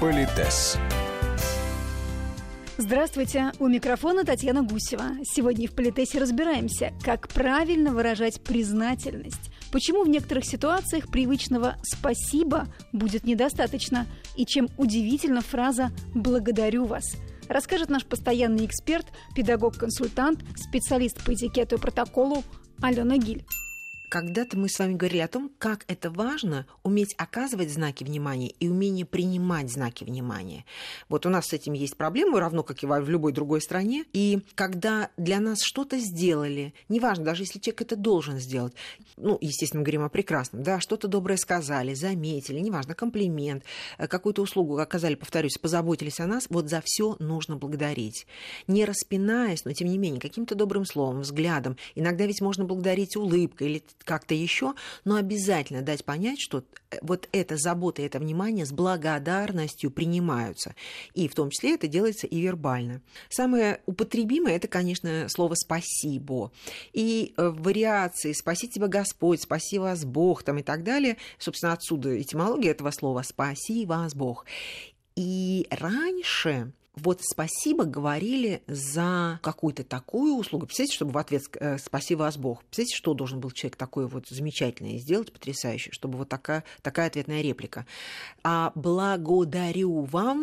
Политес. Здравствуйте, у микрофона Татьяна Гусева. Сегодня в Политесе разбираемся, как правильно выражать признательность, почему в некоторых ситуациях привычного «спасибо» будет недостаточно и чем удивительна фраза «благодарю вас». Расскажет наш постоянный эксперт, педагог-консультант, специалист по этикету и протоколу Алена Гиль. Когда-то мы с вами говорили о том, как это важно уметь оказывать знаки внимания и умение принимать знаки внимания. Вот у нас с этим есть проблемы, равно как и в любой другой стране. И когда для нас что-то сделали, неважно, даже если человек это должен сделать, естественно, мы говорим о прекрасном, да, что-то доброе сказали, заметили, неважно, комплимент, какую-то услугу оказали, повторюсь, позаботились о нас, вот за все нужно благодарить. Не распинаясь, но тем не менее, каким-то добрым словом, взглядом. Иногда ведь можно благодарить улыбкой или как-то еще, но обязательно дать понять, что вот эта забота и это внимание с благодарностью принимаются. И в том числе это делается и вербально. Самое употребимое – это, конечно, слово «спасибо». И вариации «спаси тебя Господь», «спаси вас Бог» там, и так далее, собственно, отсюда этимология этого слова «спаси вас Бог». И раньше... Вот спасибо говорили за какую-то такую услугу. Представляете, чтобы в ответ «спаси вас Бог». Представляете, что должен был человек такое вот замечательное сделать, потрясающее, чтобы вот такая ответная реплика. А благодарю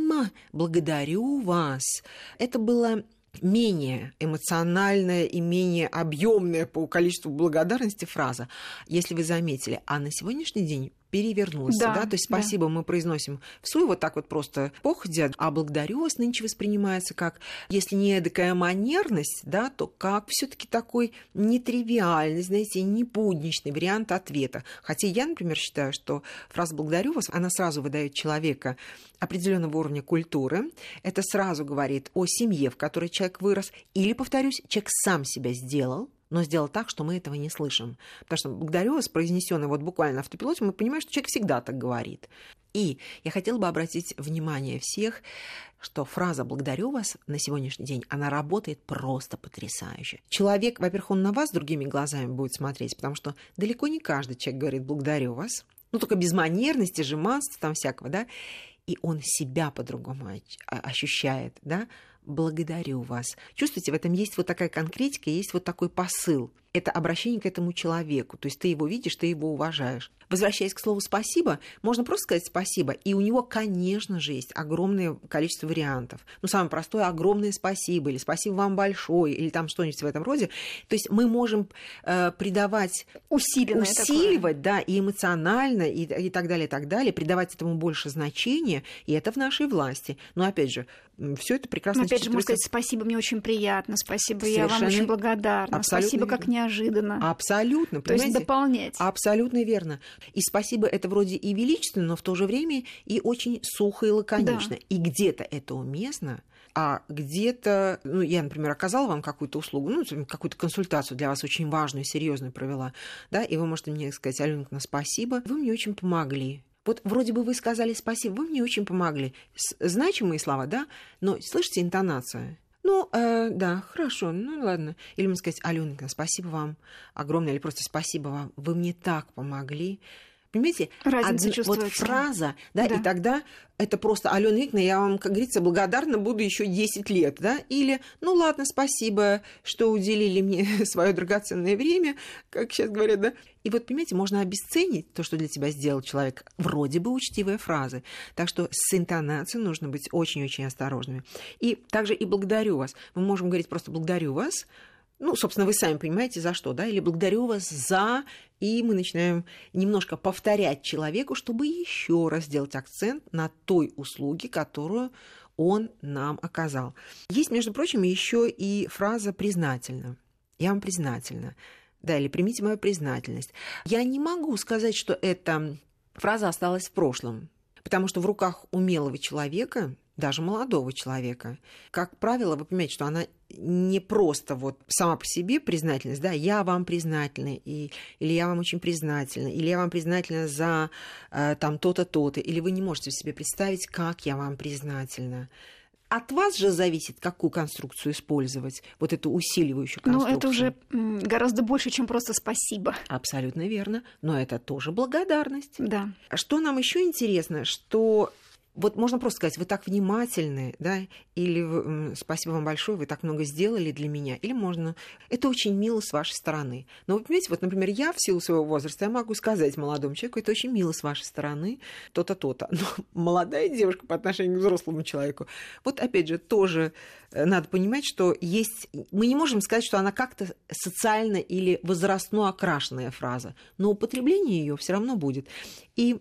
вас. Это было менее эмоциональная и менее объемная по количеству благодарности фраза, если вы заметили. А на сегодняшний день перевернулось, да? То есть спасибо мы произносим всуе вот так вот просто походя, а благодарю вас нынче воспринимается как, если не эдакая манерность, да, то как все-таки такой нетривиальный, знаете, непудничный вариант ответа. Хотя я, например, считаю, что фраза «благодарю вас», она сразу выдает человека определенного уровня культуры, это сразу говорит о семье, в которой человек вырос, или, повторюсь, человек сам себя сделал, но сделал так, что мы этого не слышим. Потому что «благодарю вас», произнесённое вот буквально на автопилоте, мы понимаем, что человек всегда так говорит. И я хотела бы обратить внимание всех, что фраза «благодарю вас» на сегодняшний день, она работает просто потрясающе. Человек, во-первых, он на вас другими глазами будет смотреть, потому что далеко не каждый человек говорит «благодарю вас», только без манерности, жеманства там всякого, да, и он себя по-другому ощущает, да, «благодарю вас». Чувствуете, в этом есть вот такая конкретика, есть вот такой посыл. Это обращение к этому человеку. То есть ты его видишь, ты его уважаешь. Возвращаясь к слову «спасибо», можно просто сказать «спасибо». И у него, конечно же, есть огромное количество вариантов. Самое простое – огромное спасибо, или спасибо вам большое, или там что-нибудь в этом роде. То есть мы можем придавать, усиливать, да, и эмоционально, и так далее, придавать этому больше значения, и это в нашей власти. Но опять же, все это прекрасно. Опять же, можно сказать «спасибо, мне очень приятно», «спасибо, я вам очень благодарна», «спасибо, как неожиданно». Абсолютно, то есть дополнять. Абсолютно верно. И спасибо это вроде и величественно, но в то же время и очень сухо и лаконично. Да. И где-то это уместно, а где-то, я, например, оказала вам какую-то услугу, какую-то консультацию для вас очень важную, серьезную провела, да, и вы можете мне сказать: «Аленка, спасибо, вы мне очень помогли». Вот вроде бы вы сказали «спасибо», вы мне очень помогли. Значимые слова, да, но слышите интонацию? Да, хорошо, ладно. Или можно сказать: «Аленка, спасибо вам огромное», или просто «спасибо вам, вы мне так помогли». Понимаете? Разница чувствуется. Вот фраза, да, и тогда это просто: «Алена Викторовна, я вам, как говорится, благодарна буду еще 10 лет», да, или ладно, спасибо, что уделили мне свое драгоценное время, как сейчас говорят, да. И вот, понимаете, можно обесценить то, что для тебя сделал человек, вроде бы учтивые фразы. Так что с интонацией нужно быть очень-очень осторожными. И также и «благодарю вас». Мы можем говорить просто «благодарю вас», собственно, вы сами понимаете, за что, да, или «благодарю вас за», и мы начинаем немножко повторять человеку, чтобы еще раз сделать акцент на той услуге, которую он нам оказал. Есть, между прочим, еще и фраза «признательна». «Я вам признательна». Да, или «примите мою признательность». Я не могу сказать, что эта фраза осталась в прошлом, потому что в руках умелого человека, даже молодого человека, как правило, вы понимаете, что она не просто вот сама по себе признательность, да, «я вам признательна», или «я вам очень признательна», или «я вам признательна за там то-то, то-то», или вы не можете себе представить, как я вам признательна. От вас же зависит, какую конструкцию использовать, вот эту усиливающую конструкцию. Это уже гораздо больше, чем просто «спасибо». Абсолютно верно, но это тоже благодарность. Да. Что нам еще интересно, что Вот можно просто сказать, вы так внимательны, да, или спасибо вам большое, вы так много сделали для меня. Или можно, это очень мило с вашей стороны. Но вы понимаете, вот, например, я в силу своего возраста, я могу сказать молодому человеку, это очень мило с вашей стороны, то-то, то-то. Но молодая девушка по отношению к взрослому человеку, вот опять же, тоже надо понимать, что есть... Мы не можем сказать, что она как-то социально или возрастно окрашенная фраза, но употребление ее все равно будет. И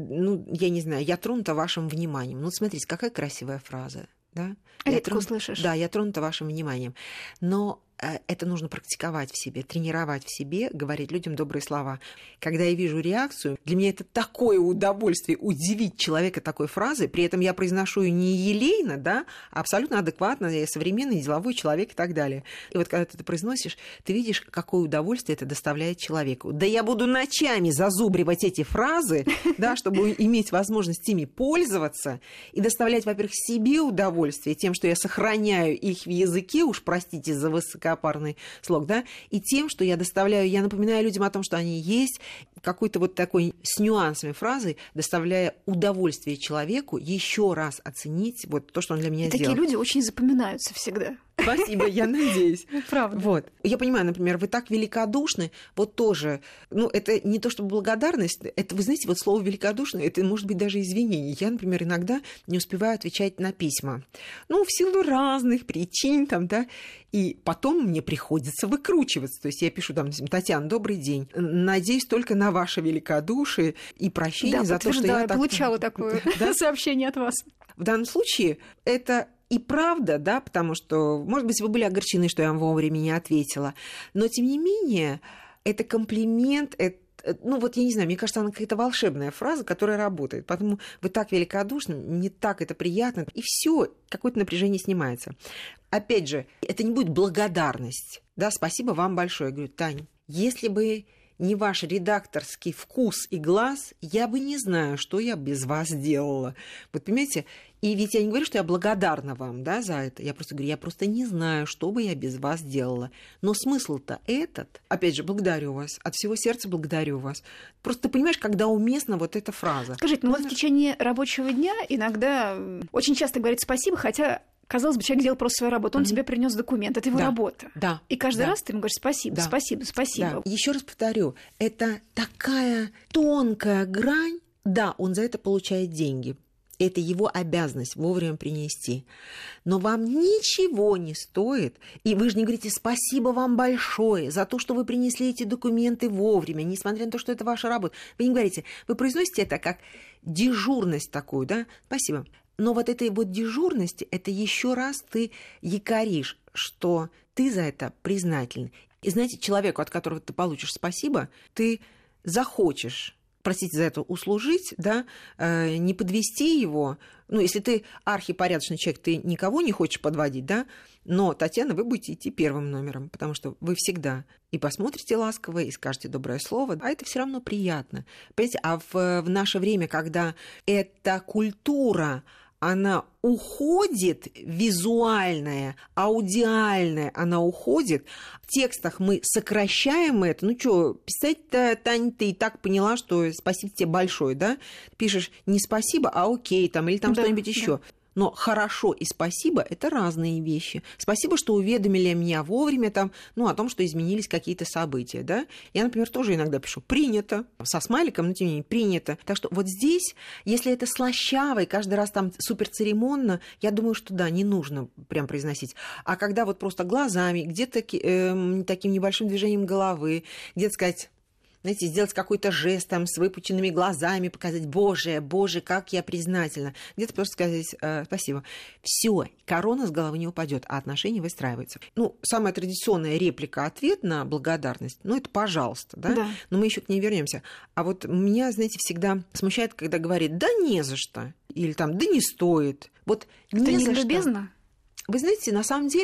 я не знаю, я тронута вашим вниманием. Ну, смотрите, какая красивая фраза, да? Редко услышишь. Да, я тронута вашим вниманием. Но это нужно практиковать в себе, тренировать в себе, говорить людям добрые слова. Когда я вижу реакцию, для меня это такое удовольствие удивить человека такой фразой, при этом я произношу ее не елейно, да, а абсолютно адекватно, я современный деловой человек и так далее. И вот когда ты это произносишь, ты видишь, какое удовольствие это доставляет человеку. Да я буду ночами зазубривать эти фразы, да, чтобы иметь возможность ими пользоваться и доставлять, во-первых, себе удовольствие тем, что я сохраняю их в языке, уж простите за высокопарный слог, да, и тем, что я доставляю, я напоминаю людям о том, что они есть, какой-то вот такой с нюансами фразы, доставляя удовольствие человеку еще раз оценить вот то, что он для меня сделал. Такие люди очень запоминаются всегда. Спасибо, я надеюсь. Правда. Вот. Я понимаю, например, вы так великодушны, вот тоже, это не то чтобы благодарность, это, вы знаете, вот слово великодушный, это может быть даже извинение. Я, например, иногда не успеваю отвечать на письма. В силу разных причин, там, да, и потом мне приходится выкручиваться. То есть я пишу там, Татьяна, добрый день, надеюсь только на ваше великодушие и прощение за то, что я так... получала такое сообщение от вас. В данном случае это... И правда, да, потому что, может быть, вы были огорчены, что я вам вовремя не ответила, но, тем не менее, это комплимент, я не знаю, мне кажется, она какая-то волшебная фраза, которая работает. Поэтому вы так великодушны, мне так это приятно, и все, какое-то напряжение снимается. Опять же, это не будет благодарность, да, спасибо вам большое. Я говорю, Тань, если бы не ваш редакторский вкус и глаз, я бы не знаю, что я без вас делала. Вот понимаете, и ведь я не говорю, что я благодарна вам, да, за это. Я просто говорю, я просто не знаю, что бы я без вас делала. Но смысл-то этот. Опять же, благодарю вас. От всего сердца благодарю вас. Просто ты понимаешь, когда уместна вот эта фраза. Скажите, вот в течение рабочего дня иногда очень часто говорит спасибо, хотя... Казалось бы, человек делал просто свою работу, он тебе принес документ, это его работа. Да. И каждый раз ты ему говоришь спасибо, спасибо, спасибо. Да. Еще раз повторю, это такая тонкая грань. Да, он за это получает деньги. Это его обязанность вовремя принести. Но вам ничего не стоит, и вы же не говорите спасибо вам большое за то, что вы принесли эти документы вовремя, несмотря на то, что это ваша работа. Вы не говорите, вы произносите это как дежурность такую, да? Спасибо. Но вот этой вот дежурности, это еще раз ты якоришь, что ты за это признателен. И знаете, человеку, от которого ты получишь спасибо, ты захочешь, простите за это, услужить, да, не подвести его. Если ты архипорядочный человек, ты никого не хочешь подводить, да, но, Татьяна, вы будете идти первым номером, потому что вы всегда и посмотрите ласково, и скажете доброе слово, а это все равно приятно. Понимаете, а в наше время, когда эта культура, она уходит, визуальная, аудиальная, она уходит. В текстах мы сокращаем это. Писать-то, Тань, ты и так поняла, что спасибо тебе большое, да? Пишешь не спасибо, а окей, там, или там что-нибудь еще. Но хорошо и спасибо – это разные вещи. Спасибо, что уведомили меня вовремя там, о том, что изменились какие-то события. Да? Я, например, тоже иногда пишу «принято», со смайликом, но тем не менее «принято». Так что вот здесь, если это слащаво и каждый раз там суперцеремонно, я думаю, что да, не нужно прям произносить. А когда вот просто глазами, где-то таким небольшим движением головы, где-то сказать... Знаете, сделать какой-то жест там с выпученными глазами, показать «Боже, Боже, как я признательна». Где-то просто сказать «спасибо». Все, корона с головы не упадет, а отношения выстраиваются. Самая традиционная реплика-ответ на благодарность, это «пожалуйста», да? Но мы еще к ней вернемся. А вот меня, знаете, всегда смущает, когда говорит «да не за что» или там «да не стоит». Вот это не любезно? Вы знаете, на самом деле...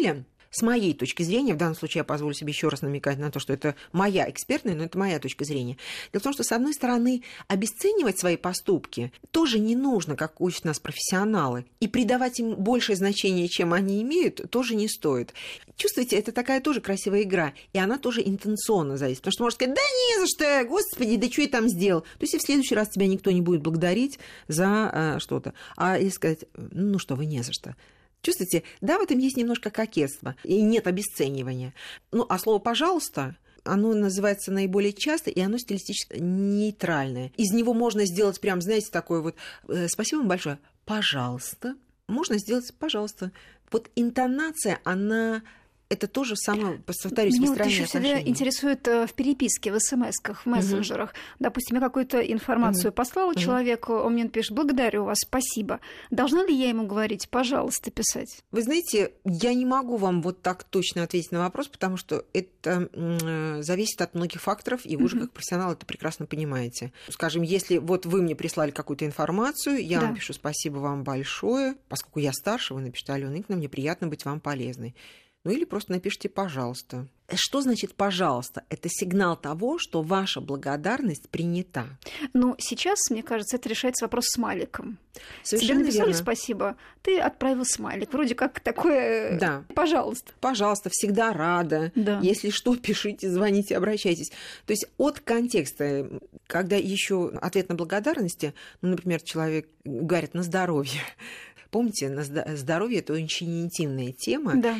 с моей точки зрения, в данном случае я позволю себе еще раз намекать на то, что это моя экспертная, но это моя точка зрения. Дело в том, что, с одной стороны, обесценивать свои поступки тоже не нужно, как учат нас профессионалы, и придавать им большее значение, чем они имеют, тоже не стоит. Чувствуете, это такая тоже красивая игра, и она тоже интенционно зависит. Потому что можно сказать, да не за что, господи, да что я там сделал? То есть и в следующий раз тебя никто не будет благодарить за что-то. А если сказать, ну что, вы не за что. Чувствуете, да, в этом есть немножко кокетства, и нет обесценивания. Ну, а слово «пожалуйста», оно называется наиболее часто, и оно стилистически нейтральное. Из него можно сделать прям, знаете, такое вот «спасибо вам большое, пожалуйста». Можно сделать «пожалуйста». Вот интонация, она... Это тоже самое, повторюсь, выстраивание отношений. Меня всегда интересует в переписке, в смс-ках, в мессенджерах. Допустим, я какую-то информацию послала человеку, он мне пишет «благодарю вас, спасибо». Должна ли я ему говорить «пожалуйста» писать? Вы знаете, я не могу вам вот так точно ответить на вопрос, потому что это зависит от многих факторов, и вы же как профессионал это прекрасно понимаете. Скажем, если вот вы мне прислали какую-то информацию, я вам пишу «спасибо вам большое», поскольку я старше, вы напишите «Алёна Игоревна, мне приятно быть вам полезной». Ну или просто напишите «пожалуйста». Что значит «пожалуйста»? Это сигнал того, что ваша благодарность принята. Ну, сейчас, мне кажется, это решается вопрос смайликом. Совершенно Тебе написали верно. «спасибо», ты отправил смайлик. Вроде как такое да. «пожалуйста». Пожалуйста, всегда рада. Да. Если что, пишите, звоните, обращайтесь. То есть от контекста, когда еще ответ на благодарности, ну, например, человек говорит «на здоровье». Помните, здоровье – это очень интимная тема, да.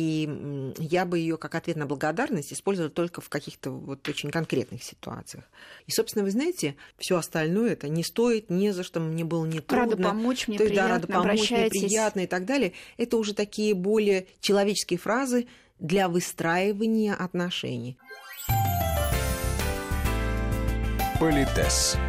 и я бы ее как ответ на благодарность использовала только в каких-то вот очень конкретных ситуациях. И, собственно, вы знаете, все остальное это не стоит, не за что, мне было не трудно. Рада помочь, мне приятно, рада помочь, мне приятно и так далее. Это уже такие более человеческие фразы для выстраивания отношений. Политес.